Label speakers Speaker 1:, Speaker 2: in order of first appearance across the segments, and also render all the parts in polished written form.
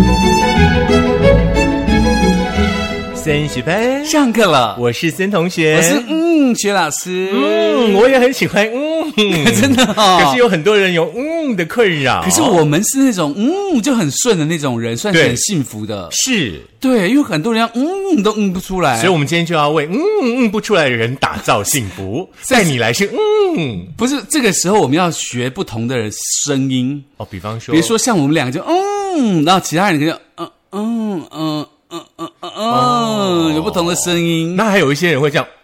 Speaker 1: 30分
Speaker 2: 上课了，
Speaker 1: 我是森同学，
Speaker 2: 我是薛老师，
Speaker 1: 我也很喜欢
Speaker 2: 真的哦。
Speaker 1: 可是有很多人有的困扰，
Speaker 2: 可是我们是那种就很顺的那种人，算是很幸福的。
Speaker 1: 是，
Speaker 2: 对，因为很多人都不出来，
Speaker 1: 所以我们今天就要为不出来的人打造幸福。在你来是
Speaker 2: 不是这个时候我们要学不同的人声音
Speaker 1: 哦，比方说，
Speaker 2: 比如说像我们两个就然后其他人就有不同的声音。
Speaker 1: 那还有一些人会这样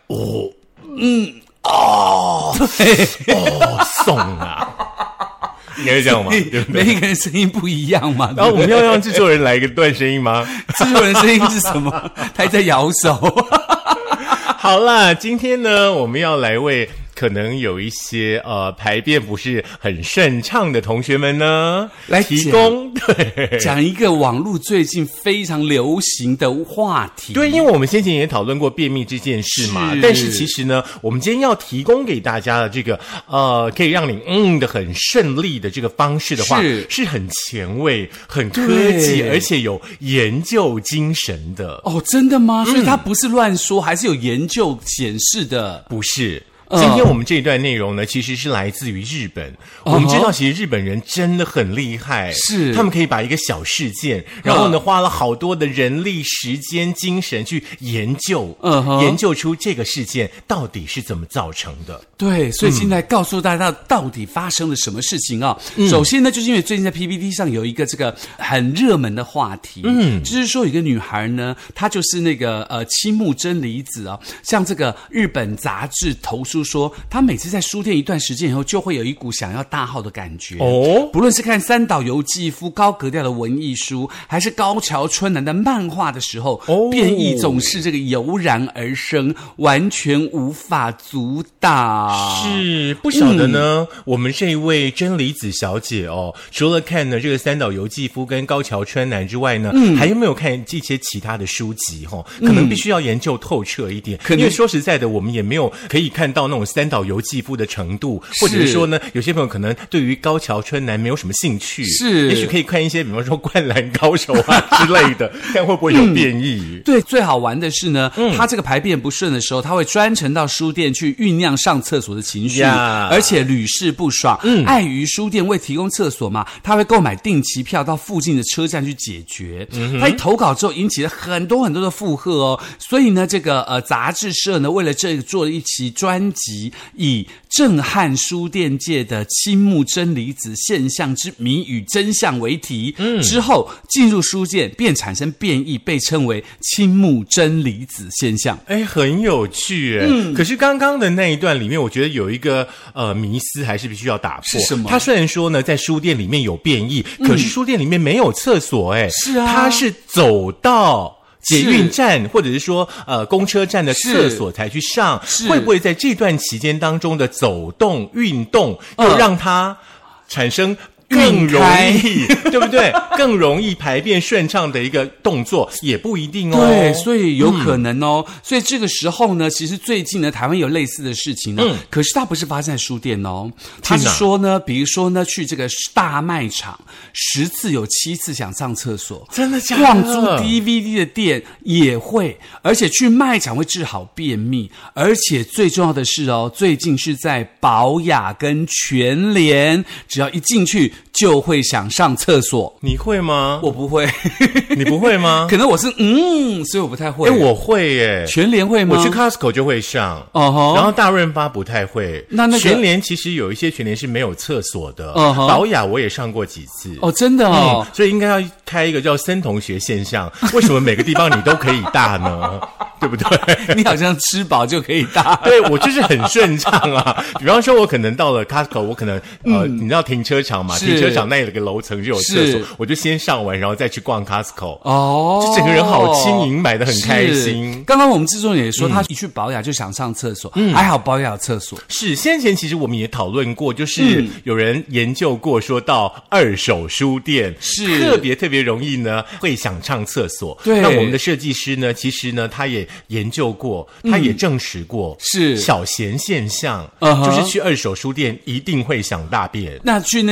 Speaker 1: 对送啊，应该是这样吗？对不对？
Speaker 2: 每一个人声音不一样嘛。
Speaker 1: 然后我们要让制作人来一个段声音吗？
Speaker 2: 制作人声音是什么？他在摇手。
Speaker 1: 好啦，今天呢，我们要来为可能有一些排便不是很顺畅的同学们呢，来提供
Speaker 2: 讲一个网络最近非常流行的话题。
Speaker 1: 对，因为我们先前也讨论过便秘这件事嘛，但是其实呢，我们今天要提供给大家的这个可以让你的很顺利的这个方式的话，是很前卫、很科技，而且有研究精神的。
Speaker 2: 哦，真的吗？所以它不是乱说，还是有研究显示的？
Speaker 1: 不是。今天我们这一段内容呢，其实是来自于日本。我们知道，其实日本人真的很厉害，
Speaker 2: 是
Speaker 1: 他们可以把一个小事件，然后呢，花了好多的人力、时间、精神去研究，研究出这个事件到底是怎么造成的。
Speaker 2: 对，所以现在告诉大家到底发生了什么事情啊？首先呢，就是因为最近在 PPT 上有一个这个很热门的话题，就是说有一个女孩呢，她就是那个青木真理子啊，向这个日本杂志投诉说，她每次在书店一段时间以后，就会有一股想要大号的感觉。不论是看三岛由纪夫高格调的文艺书，还是高桥春楠的漫画的时候，便意总是这个油然而生，完全无法阻挡。
Speaker 1: 是，不晓得呢，我们这一位真理子小姐哦，除了看呢这个三岛由纪夫跟高桥春楠之外呢，还有没有看这些其他的书籍可能必须要研究透彻一点，因为说实在的，我们也没有可以看到那种三岛由纪夫的程度，或者是说呢，有些朋友可能对于高桥春楠没有什么兴趣，也许可以看一些比方说灌篮高手啊之类的，看会不会有变异。
Speaker 2: 对，最好玩的是呢，他这个排便不顺的时候，他会专程到书店去酝酿上厕所的情绪，而且屡试不爽。碍于书店未提供厕所嘛，他会购买定期票到附近的车站去解决。他一投稿之后引起了很多的附和哦，所以呢，这个杂志社呢，为了这个做了一期专辑，以震撼书店界的青木真理子现象之谜与真相为题，之后进入书店便产生变异，被称为青木真理子现象。
Speaker 1: 很有趣可是刚刚的那一段里面，我觉得有一个迷思还是必须要打破。
Speaker 2: 是什么？
Speaker 1: 他虽然说呢，在书店里面有变异，可是书店里面没有厕所
Speaker 2: 是啊，
Speaker 1: 他是走到捷运站或者是说公车站的厕所才去上，会不会在这段期间当中的走动运动又让他产生更容易对不对？更容易排便顺畅的一个动作也不一定哦。
Speaker 2: 对，所以有可能哦。所以这个时候呢，其实最近呢，台湾有类似的事情呢，可是它不是发生在书店哦，它是说呢，比如说呢，去这个大卖场10次有7次想上厕所，
Speaker 1: 真的假的？
Speaker 2: 逛租 DVD 的店也会，而且去卖场会治好便秘，而且最重要的是哦，最近是在宝雅跟全联，只要一进去就会想上厕所。
Speaker 1: 你会吗？
Speaker 2: 我不会。
Speaker 1: 你不会吗？
Speaker 2: 可能我是所以我不太会。
Speaker 1: 我会耶。
Speaker 2: 全联会吗？
Speaker 1: 我去 Costco 就会上，然后大润发不太会。那个全联其实有一些全联是没有厕所的，宝雅我也上过几次。
Speaker 2: 真的哦，
Speaker 1: 所以应该要开一个叫森同学现象。为什么每个地方你都可以大呢？对不对？
Speaker 2: 你好像吃饱就可以大。
Speaker 1: 对，我就是很顺畅啊。比方说我可能到了 Costco， 我可能你知道停车场嘛，停车场那有个楼层就有厕所，我就先上完然后再去逛 Costco。就整个人好轻盈，买得很开心。
Speaker 2: 刚刚我们制作人也说他一去宝雅就想上厕所，还好宝雅有厕所。
Speaker 1: 是，先前其实我们也讨论过，就是有人研究过说到二手书店是特别容易呢会想上厕所。对，那我们的设计师呢，其实呢他也研究过，他也证实过是小贤现象，就是去二手书店一定会想大便。
Speaker 2: 那去那个宝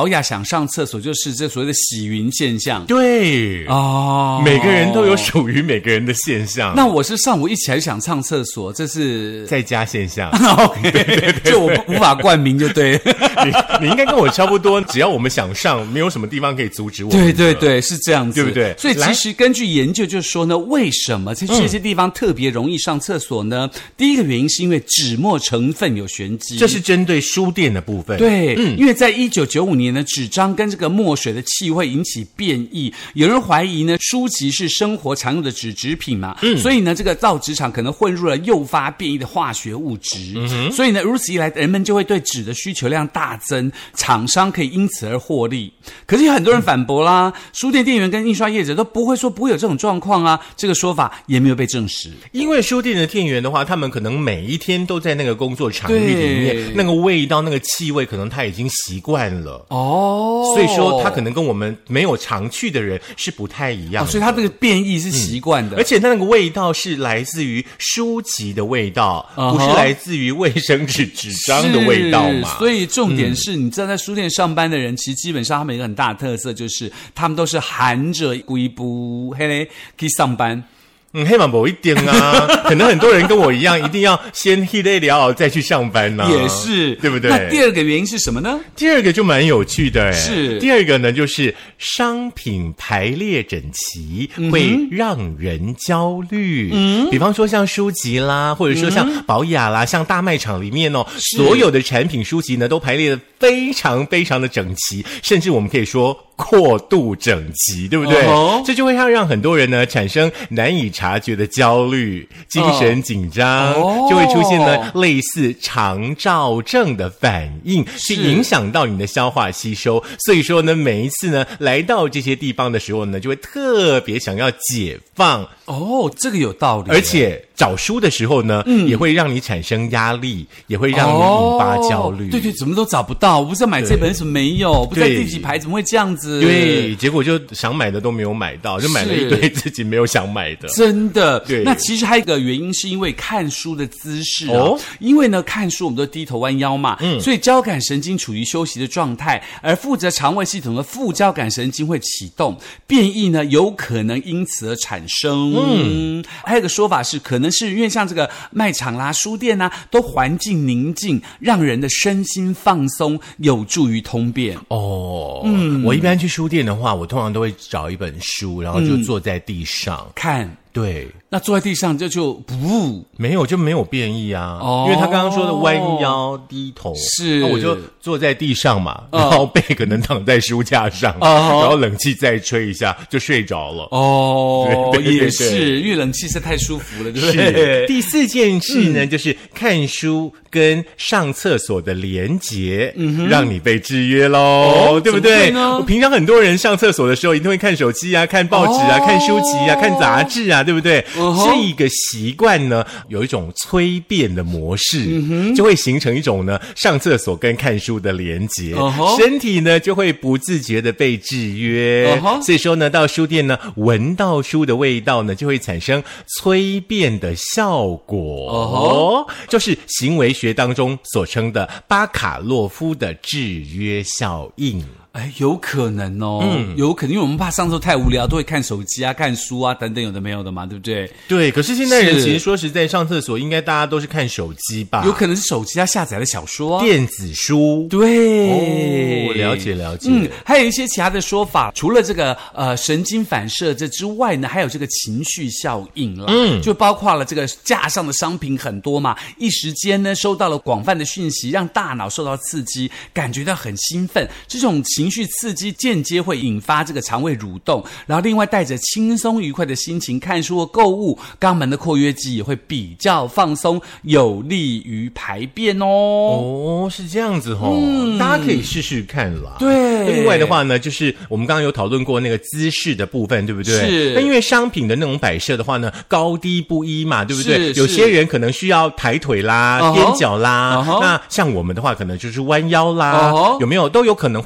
Speaker 2: 宝雅想上厕所，就是这所谓的洗云现象。
Speaker 1: 对
Speaker 2: 哦，
Speaker 1: 每个人都有属于每个人的现象。
Speaker 2: 那我是上午一起来想上厕所，这是
Speaker 1: 在家现象。
Speaker 2: OK， 对，就我无法冠名就对了。
Speaker 1: 你应该跟我差不多，只要我们想上，没有什么地方可以阻止我们。
Speaker 2: 对对对，是这样子，
Speaker 1: 对不对？
Speaker 2: 所以其实根据研究就说呢，为什么在这些地方特别容易上厕所呢？第一个原因是因为纸墨成分有玄机，
Speaker 1: 这是针对书店的部分。
Speaker 2: 对，因为在1995年呢，纸张跟这个墨水的气会引起变异，有人怀疑呢，书籍是生活常用的纸制品嘛，所以呢，这个造纸厂可能混入了诱发变异的化学物质，所以呢，如此一来，人们就会对纸的需求量大增，厂商可以因此而获利。可是有很多人反驳啦，书店店员跟印刷业者都不会说不会有这种状况啊，这个说法也没有被证实。
Speaker 1: 因为书店的店员的话，他们可能每一天都在那个工作场域里面，那个味道、那个气味，可能他已经习惯了哦，所以说他可能跟我们没有常去的人是不太一样的，
Speaker 2: 所以他这个变异是习惯的，
Speaker 1: 而且他那个味道是来自于书籍的味道，不是来自于卫生纸纸张的味道嘛。
Speaker 2: 所以重点是，你知道在书店上班的人，其实基本上他们有一个很大的特色，就是他们都是含着规布黑嘞去上班。
Speaker 1: 黑马不一定啊，可能很多人跟我一样，一定要先黑累了再去上班呢、
Speaker 2: 也是，
Speaker 1: 对不对？
Speaker 2: 那第二个原因是什么呢？
Speaker 1: 第二个就蛮有趣的，
Speaker 2: 是
Speaker 1: 第二个呢，就是商品排列整齐会让人焦虑。比方说像书籍啦，或者说像宝雅啦，像大卖场里面哦，所有的产品书籍呢都排列得非常非常的整齐，甚至我们可以说过度整齐，对不对？这就会让很多人呢产生难以察觉的焦虑、精神紧张，就会出现呢类似肠躁症的反应，去影响到你的消化吸收。所以说呢，每一次呢来到这些地方的时候呢，就会特别想要解放。
Speaker 2: 哦，这个有道理。
Speaker 1: 而且找书的时候呢，也会让你产生压力，也会让你引发焦虑。
Speaker 2: 对对，怎么都找不到，我不知道买这本怎么没有，不知道第几排怎么会这样子？
Speaker 1: 对，结果就想买的都没有买到，就买了一堆自己没有想买的。
Speaker 2: 真的。
Speaker 1: 对。
Speaker 2: 那其实还有一个原因是因为看书的姿势啊，因为呢看书我们都低头弯腰嘛，所以交感神经处于休息的状态，而负责肠胃系统的副交感神经会启动，变异呢有可能因此而产生。还有一个说法是，可能是因为像这个卖场啦、书店啊，都环境宁静，让人的身心放松，有助于通便。
Speaker 1: 我一般去书店的话，我通常都会找一本书，然后就坐在地上
Speaker 2: 看。
Speaker 1: 对，
Speaker 2: 那坐在地上就不
Speaker 1: 没有变异啊，因为他刚刚说的弯腰低头，
Speaker 2: 是，
Speaker 1: 那我就坐在地上嘛，然后背可能躺在书架上，然后冷气再吹一下就睡着了。
Speaker 2: 也是，因为冷气是太舒服了，对不对？
Speaker 1: 是。第四件事呢，就是看书跟上厕所的连结，让你被制约咯，对不对？我平常很多人上厕所的时候一定会看手机啊、看报纸啊、看书籍啊、看杂志啊，对不对？这个习惯呢，有一种催变的模式，就会形成一种呢上厕所跟看书的连结，身体呢就会不自觉的被制约。所以说呢，到书店呢，闻到书的味道呢，就会产生催变的效果。就是行为学当中所称的巴卡洛夫的制约效应。
Speaker 2: 有可能哦，有可能，因为我们怕上厕所太无聊，都会看手机啊、看书啊等等，有的没有的嘛，对不对？
Speaker 1: 对，可是现在人其实说实在，上厕所应该大家都是看手机吧？
Speaker 2: 有可能是手机他下载了小说、
Speaker 1: 电子书。
Speaker 2: 对，
Speaker 1: 了解了解。
Speaker 2: 还有一些其他的说法，除了这个神经反射这之外呢，还有这个情绪效应啦。就包括了这个架上的商品很多嘛，一时间呢收到了广泛的讯息，让大脑受到刺激，感觉到很兴奋，这种情绪刺激间接会引发这个肠胃蠕动，然后另外带着轻松愉快的心情看书或购物，肛门的括约肌也会比较放松，有利于排便哦。
Speaker 1: 是这样子哦，大家可以试试看啦。
Speaker 2: 对，
Speaker 1: 另外的话呢，就是我们刚刚有讨论过那个姿势的部分，对不对？
Speaker 2: 是。
Speaker 1: 那因为商品的那种摆设的话呢，高低不一嘛，对不对？有些人可能需要抬腿啦、踮脚啦，那像我们的话，可能就是弯腰啦，有没有都有可能会促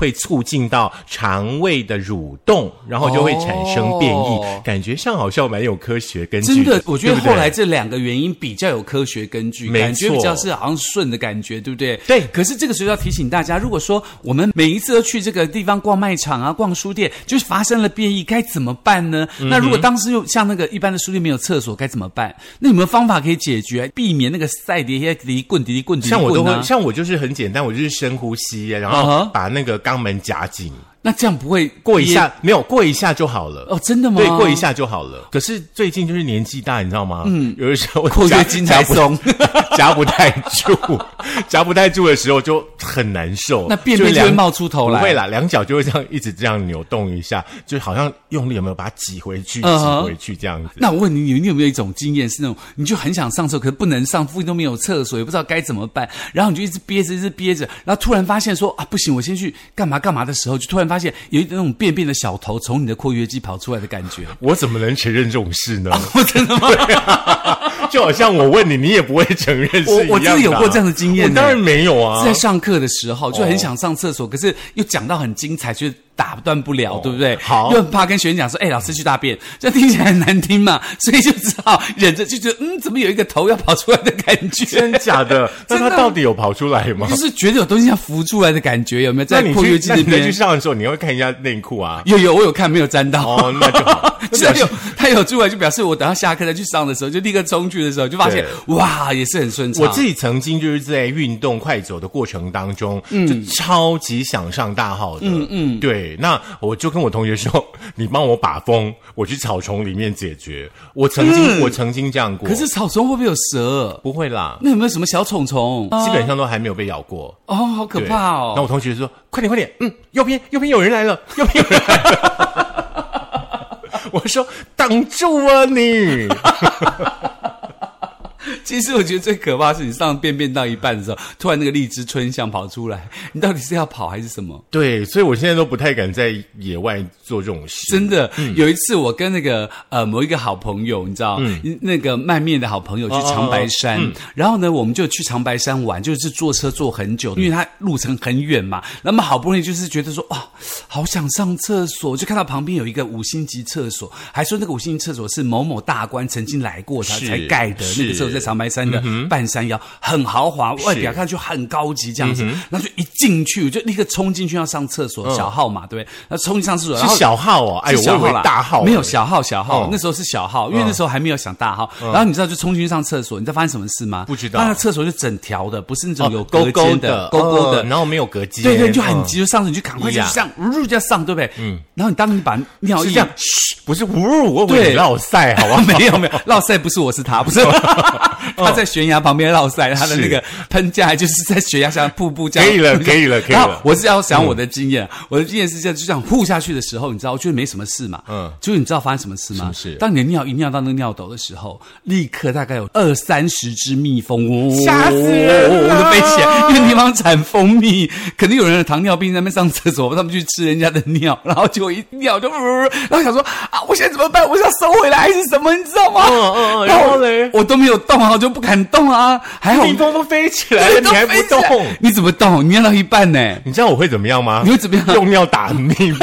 Speaker 1: 进到肠胃的蠕动，然后就会产生变异，感觉上好像蛮有科学根据的。
Speaker 2: 真的，我觉得后来这2个原因比较有科学根据，感觉比较是好像顺的感觉，对不对？
Speaker 1: 对。
Speaker 2: 可是这个时候要提醒大家，如果说我们每一次都去这个地方逛卖场啊、逛书店，就是发生了变异，该怎么办呢？那如果当时又像那个一般的书店没有厕所，该怎么办？那有没有方法可以解决，避免那个赛碟滴棍滴滴棍？
Speaker 1: 像我都会，像我就是很简单，我就是深呼吸，然后把那个肛门夹紧。
Speaker 2: 那这样不会
Speaker 1: 过一下，没有过一下就好了。
Speaker 2: 哦，真的吗？
Speaker 1: 对，过一下就好了。可是最近就是年纪大，你知道吗？有的时候
Speaker 2: 括约筋才松，
Speaker 1: 夹不太住，夹不太住的时候就很难受。
Speaker 2: 那便便就会冒出头来。
Speaker 1: 不会啦，两脚就会这样一直这样扭动一下，就好像用力有没有把它挤回去，挤回去这样子。
Speaker 2: 那我问你，你有没有一种经验是那种你就很想上厕所，可是不能上，附近都没有厕所，也不知道该怎么办，然后你就一直憋着，一直憋着，然后突然发现说啊不行，我先去干嘛干嘛的时候，就突然发现有一种便便的小头从你的括约肌跑出来的感觉。
Speaker 1: 我怎么能承认这种事呢？
Speaker 2: 真的吗？
Speaker 1: 就好像我问你，你也不会承认是一样的。
Speaker 2: 我真的有过这样的经验。
Speaker 1: 我当然没有啊。
Speaker 2: 是在上课的时候就很想上厕所，可是又讲到很精彩，就是打断不了，对不对？
Speaker 1: 好，
Speaker 2: 又很怕跟学生讲说，老师去大便，这听起来很难听嘛，所以就只好忍着，就觉得怎么有一个头要跑出来的感觉？
Speaker 1: 真假的？那他到底有跑出来吗？
Speaker 2: 就是觉得有东西要浮出来的感觉，有没有？在括约肌那边。
Speaker 1: 那你去上的时候，你会看一下内裤啊？
Speaker 2: 有，我有看，没有沾到。
Speaker 1: 哦，那就好。
Speaker 2: 他有出来，就表示我等到下课再去上的时候，就立刻冲去的时候，就发现哇，也是很顺畅。
Speaker 1: 我自己曾经就是在运动快走的过程当中，就超级想上大号的。对，那我就跟我同学说，你帮我把风，我去草丛里面解决。我曾经这样过。
Speaker 2: 可是草丛会不会有蛇？
Speaker 1: 不会啦。
Speaker 2: 那有没有什么小虫虫？
Speaker 1: 基本上都还没有被咬过。
Speaker 2: 哦，好可怕哦。
Speaker 1: 那我同学说，快点，右边有人来了，右边有人来了。我说挡住啊你！
Speaker 2: 其实我觉得最可怕是你上便便到一半的时候，突然那个荔枝春香跑出来，你到底是要跑还是什么？
Speaker 1: 对，所以我现在都不太敢在野外做这种事。
Speaker 2: 真的，有一次我跟那个某一个好朋友，你知道，那个卖面的好朋友去长白山，然后呢，我们就去长白山玩，就是坐车坐很久，因为它路程很远嘛。那么好不容易就是觉得说，好想上厕所，就看到旁边有一个5星级厕所，还说那个5星级厕所是某某大官曾经来过他才盖的，那个时候在长白山的半山腰，很豪华，外表看就很高级这样子。然后就一进去，我就立刻冲进去要上厕所，小号嘛，对不对？然后冲进上厕所，然后
Speaker 1: 是小号哦，哎呦，我以为大号，
Speaker 2: 没有小号，那时候是小号，因为那时候还没有想大号。然后你知道就冲进去上厕所，你知道发生什么事吗？
Speaker 1: 不知道。
Speaker 2: 那厕所就整条的，不是那种有隔间的，勾的，
Speaker 1: 然后没有隔间。
Speaker 2: 对，你就很急就上去，你就赶快就这样就要上，对不对？然后当你把尿液
Speaker 1: 这样，不是我以为你落塞，好吧？
Speaker 2: 没有落塞，不是我是他，不是他在悬崖旁边落塞，他的那个喷架就是在悬崖上瀑布这样。
Speaker 1: 可以了。然后
Speaker 2: 我是要讲我的经验，我的经验是这样，就这样呼下去的时候，你知道，我觉得没什么事嘛。就是你知道发生什么事吗？
Speaker 1: 什么事？
Speaker 2: 当你的尿一尿到那个尿斗的时候，立刻大概有20-30只蜜蜂，
Speaker 1: 吓死人了，
Speaker 2: 就飞起来，因为地方产蜂蜜，可能有人有糖尿病在那边上厕所，他们去吃人家的尿，然后结果一尿就，然后想说我现在怎么办？我是要收回来还是什么？你知道吗？
Speaker 1: 然后嘞，
Speaker 2: 我都没有动啊，我就不敢动啊。还好
Speaker 1: 蜜蜂都飞起来了，你还不动？
Speaker 2: 你怎么动？你尿到一半呢？
Speaker 1: 你知道我会怎么样吗？
Speaker 2: 你会怎么样？
Speaker 1: 用尿打蜜蜂。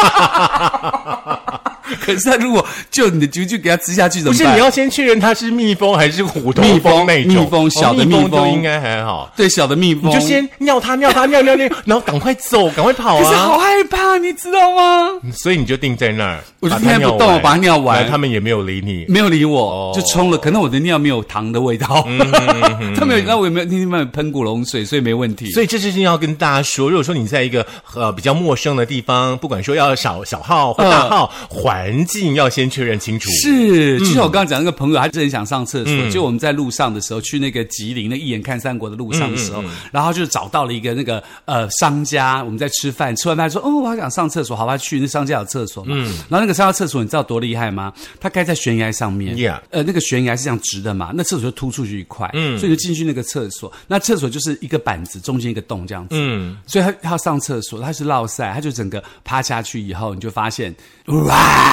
Speaker 2: 可是他如果就你的啾啾给他吃下去怎么办？
Speaker 1: 不是，你要先确认它是蜜蜂还是虎头蜂那种。
Speaker 2: 蜜蜂小的蜜蜂
Speaker 1: 就应该还好。
Speaker 2: 对，小的蜜蜂
Speaker 1: 你就先尿它，尿，然后赶快走，赶快跑啊！
Speaker 2: 可是好害怕，你知道吗？
Speaker 1: 所以你就定在那儿，
Speaker 2: 我就定在不动，我把它尿完，
Speaker 1: 他们也没有理你，
Speaker 2: 没有理我，就冲了。可能我的尿没有糖的味道，他没有，那我也没有那地方喷古龙水，所以没问题。
Speaker 1: 所以这就是要跟大家说，如果说你在一个比较陌生的地方，不管说要小号或大号，环境要先确认清楚。
Speaker 2: 是，就像我刚刚讲那个朋友，他真的想上厕所，就我们在路上的时候，去那个吉林的一眼看三国的路上的时候，然后就找到了一个那个商家，我们在吃饭，吃完饭说我好想上厕所，好吧，去那商家有厕所嘛。然后那个商家厕所你知道多厉害吗？它盖在悬崖上面，那个悬崖是这样直的嘛，那厕所就突出去一块，所以就进去那个厕所，那厕所就是一个板子中间一个洞这样子，所以他要上厕所，他是落塞，他就整个趴下去以后，你就发现哇。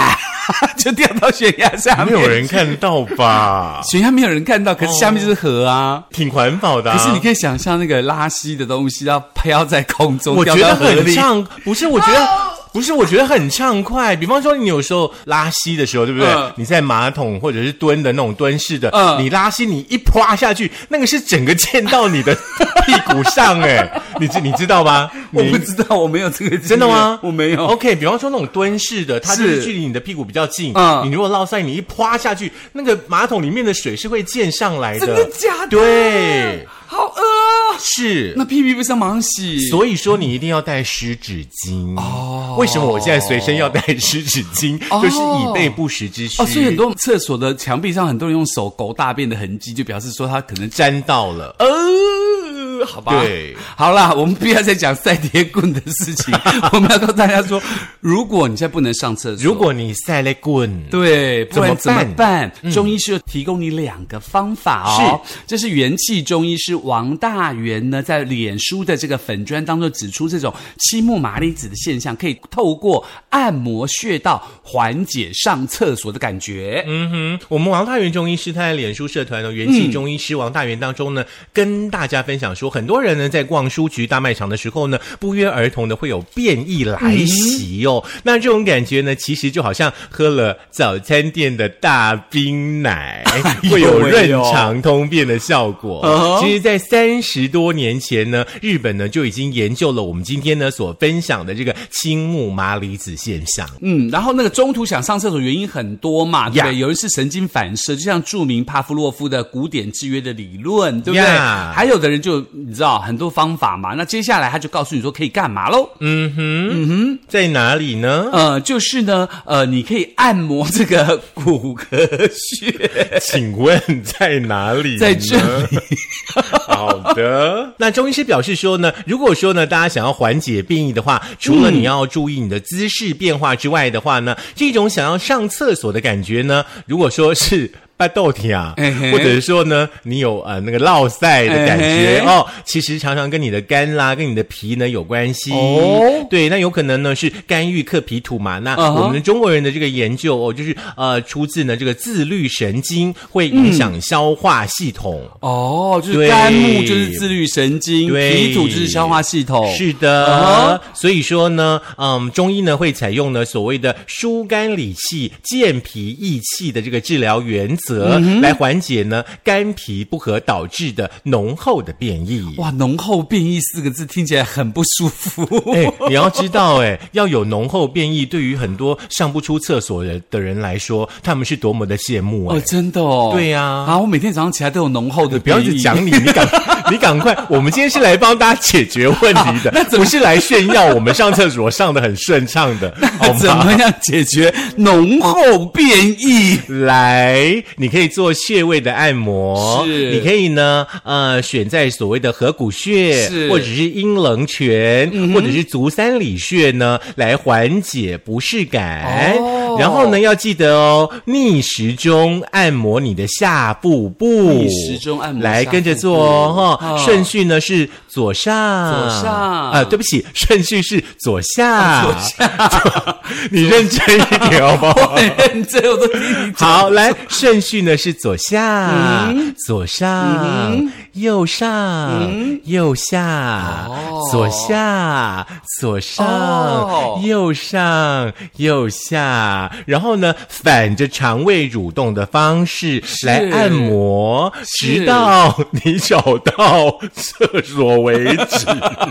Speaker 2: 啪就掉到悬崖下面。
Speaker 1: 没有人看到吧？
Speaker 2: 悬崖没有人看到，可是下面就是河啊，
Speaker 1: 挺环保的、啊。
Speaker 2: 可是你可以想象那个拉稀的东西要飘在空中，
Speaker 1: 我觉得很
Speaker 2: 畅，
Speaker 1: 不是，我觉得很畅快。比方说，你有时候拉稀的时候，对不对？你在马桶或者是蹲的那种蹲式的，你拉稀，你一啪下去，那个是整个溅到你的屁股上，哎，你知道吗？
Speaker 2: 我不知道，我没有这个经验。
Speaker 1: 真的吗？
Speaker 2: 我没有。
Speaker 1: OK， 比方说那种蹲式的，它就是距离你的屁股比较近。你如果落塞，你一啪下去，那个马桶里面的水是会溅上来的。
Speaker 2: 真的假的？
Speaker 1: 对。
Speaker 2: 好饿啊！
Speaker 1: 是，
Speaker 2: 那屁不是要马上洗？
Speaker 1: 所以说你一定要带湿纸巾哦。为什么我现在随身要带湿纸巾？就是以备不时之需。
Speaker 2: 所以很多厕所的墙壁上，很多人用手勾大便的痕迹，就表示说他可能
Speaker 1: 沾到了。
Speaker 2: 好吧，
Speaker 1: 对，
Speaker 2: 好啦，我们不要再讲赛碟棍的事情，我们要告诉大家说，如果你现在不能上厕所，
Speaker 1: 如果你赛雷棍，
Speaker 2: 对，不然怎么办？中医师提供你2个方法哦，这是元气中医师王大元呢在脸书的这个粉专当中指出，这种青木麻里子的现象可以透过按摩穴道缓解上厕所的感觉。
Speaker 1: 我们王大元中医师他在脸书社团的元气中医师王大元当中呢，跟大家分享说，很多人呢在逛书局大卖场的时候呢，不约而同的会有便意来袭哦。那这种感觉呢，其实就好像喝了早餐店的大冰奶，会有润肠通便的效果。其实在30多年前呢，日本呢就已经研究了我们今天呢所分享的这个青木麻里子现象。
Speaker 2: 然后那个中途想上厕所原因很多嘛，对不对？有人是神经反射，就像著名帕夫洛夫的古典制约的理论，对不对？还有的人就你知道很多方法嘛。那接下来他就告诉你说可以干嘛咯？
Speaker 1: 在哪里呢？
Speaker 2: 就是呢，你可以按摩这个骨骼穴。
Speaker 1: 请问在哪里呢？
Speaker 2: 在这里。
Speaker 1: 好的。那中医师表示说呢，如果说呢大家想要缓解便意的话，除了你要注意你的姿势变化之外的话呢，这种想要上厕所的感觉呢，如果说是巴豆体啊，或者是说呢，你有那个落塞的感觉其实常常跟你的肝啦、跟你的脾呢有关系。对，那有可能呢是肝郁克脾土嘛。那我们的中国人的这个研究就是出自呢这个自律神经会影响消化系统。
Speaker 2: 就是肝木就是自律神经，脾土就是消化系统。
Speaker 1: 是的，所以说呢，中医呢会采用呢所谓的疏肝理气、健脾益气的这个治疗原则。来缓解呢肝脾不和导致的浓厚的便意。
Speaker 2: 哇，浓厚便意4个字听起来很不舒服。
Speaker 1: 你要知道要有浓厚便意，对于很多上不出厕所的人来说，他们是多么的羡慕。
Speaker 2: 真的哦。
Speaker 1: 对呀。
Speaker 2: 我每天早上起来都有浓厚的便意。
Speaker 1: 不要一直讲你赶快，我们今天是来帮大家解决问题的，不是来炫耀我们上厕所上得很顺畅的。
Speaker 2: 那怎么样解决浓厚便意？
Speaker 1: 来，你可以做穴位的按摩，你可以呢选在所谓的合谷穴，或者是阴棱泉，或者是足三里穴呢，来缓解不适感。然后呢，要记得逆时钟按摩你的下部部，
Speaker 2: 逆时钟按摩
Speaker 1: 来跟着做顺序呢是左上，对不起，顺序是左下，你认真一点好不好？
Speaker 2: 我很认真，我都听你讲。
Speaker 1: 好，来，顺序呢是左下，左上，右上，右下，左下，左上，右上，右下，然后呢，反着肠胃蠕动的方式来按摩，直到你找到厕所为止。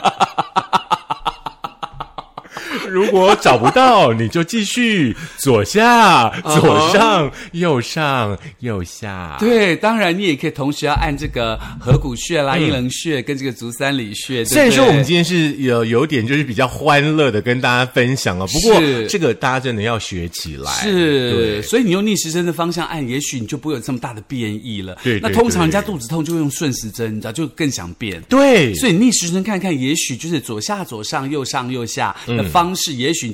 Speaker 1: 如果找不到，你就继续左下、左上、右上、右下。
Speaker 2: 对，当然你也可以同时要按这个合谷穴啦、阴棱穴跟这个足三里穴。
Speaker 1: 虽然说我们今天是有点就是比较欢乐的跟大家分享了，不过这个大家真的要学起来。
Speaker 2: 是，所以你用逆时针的方向按，也许你就不会有这么大的变异了。
Speaker 1: 对，
Speaker 2: 那通常人家肚子痛就会用顺时针，你知道，就更想变。
Speaker 1: 对，
Speaker 2: 所以逆时针看看，也许就是左下、左上、右上、右下的方式，也许就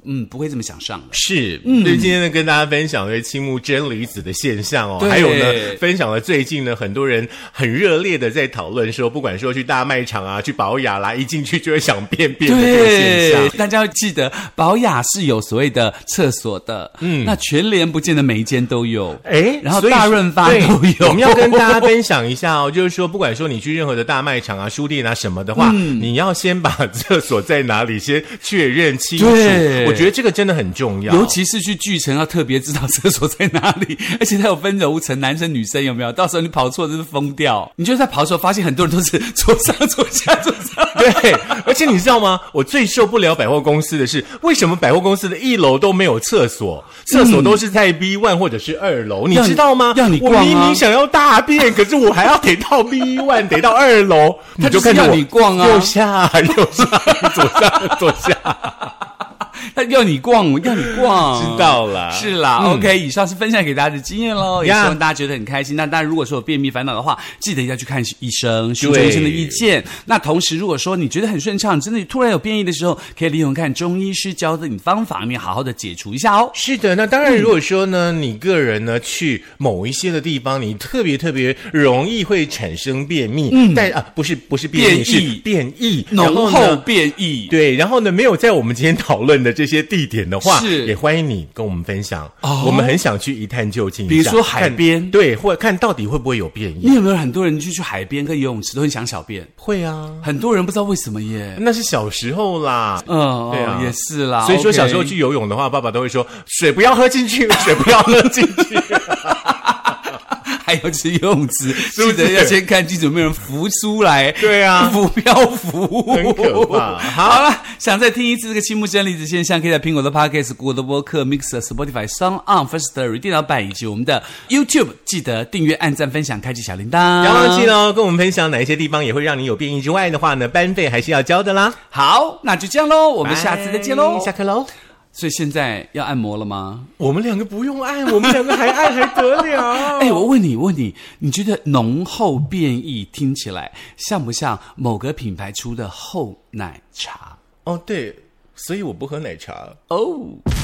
Speaker 2: 不会这么想上的。
Speaker 1: 是，所以今天呢，跟大家分享了青木真理子的现象哦，还有呢，分享了最近呢，很多人很热烈的在讨论说，不管说去大卖场啊，去宝雅啦，一进去就会想便便的这个现象。
Speaker 2: 大家要记得，宝雅是有所谓的厕所的，那全联不见得每一间都有，然后大润发都有。
Speaker 1: 我们要跟大家分享一下哦，就是说，不管说你去任何的大卖场啊、书店啊什么的话，你要先把厕所在哪里先确认清楚。我觉得这个真的很重要，
Speaker 2: 尤其是去巨城要特别知道厕所在哪里，而且它有分楼层，男生女生有没有？到时候你跑错真是疯掉。你就在跑的时候发现很多人都是左上左下左上。
Speaker 1: 对，而且你知道吗？我最受不了百货公司的是，为什么百货公司的1楼都没有厕所？厕所都是在 B1 或者是2楼，你知道吗？
Speaker 2: 要你逛啊！
Speaker 1: 我明明想要大便，可是我还要得到 B1，得到2楼，
Speaker 2: 他就看着我
Speaker 1: 你
Speaker 2: 逛啊，
Speaker 1: 右下左上左下。
Speaker 2: 他要你逛，要你逛，
Speaker 1: 知道啦，
Speaker 2: 是啦。OK， 以上是分享给大家的经验咯，也希望大家觉得很开心。那当然，如果说有便秘烦恼的话，记得一定要去看医生，寻求医生的意见。那同时，如果说你觉得很顺畅，真的突然有便秘的时候，可以利用看中医师教的你方法，你好好的解除一下哦。
Speaker 1: 是的，那当然，如果说呢，你个人呢去某一些的地方，你特别容易会产生便秘，但不是便秘，是便意，
Speaker 2: 浓厚便意。
Speaker 1: 对，然后呢，没有在我们今天讨论的这些地点的话，也欢迎你跟我们分享。我们很想去一探究竟一下，
Speaker 2: 比如说海边，
Speaker 1: 对，或者看到底会不会有便意。
Speaker 2: 你有没有很多人去海边跟游泳池都很想小便？
Speaker 1: 会啊，
Speaker 2: 很多人不知道为什么耶。
Speaker 1: 那是小时候啦，
Speaker 2: 对啊，也是啦。
Speaker 1: 所以说小时候去游泳的话，爸爸都会说水不要喝进去，水不要喝进去。
Speaker 2: 还有就是游泳池，记得要先看清楚有没有人浮出来。
Speaker 1: 对啊，
Speaker 2: 浮漂浮，
Speaker 1: 很可怕。
Speaker 2: 好了，想再听一次这个青木真理子现象，可以在苹果的 Podcast、Google 的播客、Mixer、Spotify、SoundOn、Firstory 电脑版以及我们的 YouTube， 记得订阅、按赞、分享、开启小铃铛。
Speaker 1: 不要忘记了跟我们分享哪一些地方也会让你有便意之外的话呢，班费还是要交的啦。
Speaker 2: 好，那就这样咯，我们下次再见咯，
Speaker 1: 下课咯。
Speaker 2: 所以现在要按摩了吗？
Speaker 1: 我们两个不用按，我们两个还按还得了？
Speaker 2: 我问你，你觉得浓厚便意听起来像不像某个品牌出的厚奶茶？
Speaker 1: 哦，对，所以我不喝奶茶。
Speaker 2: 哦。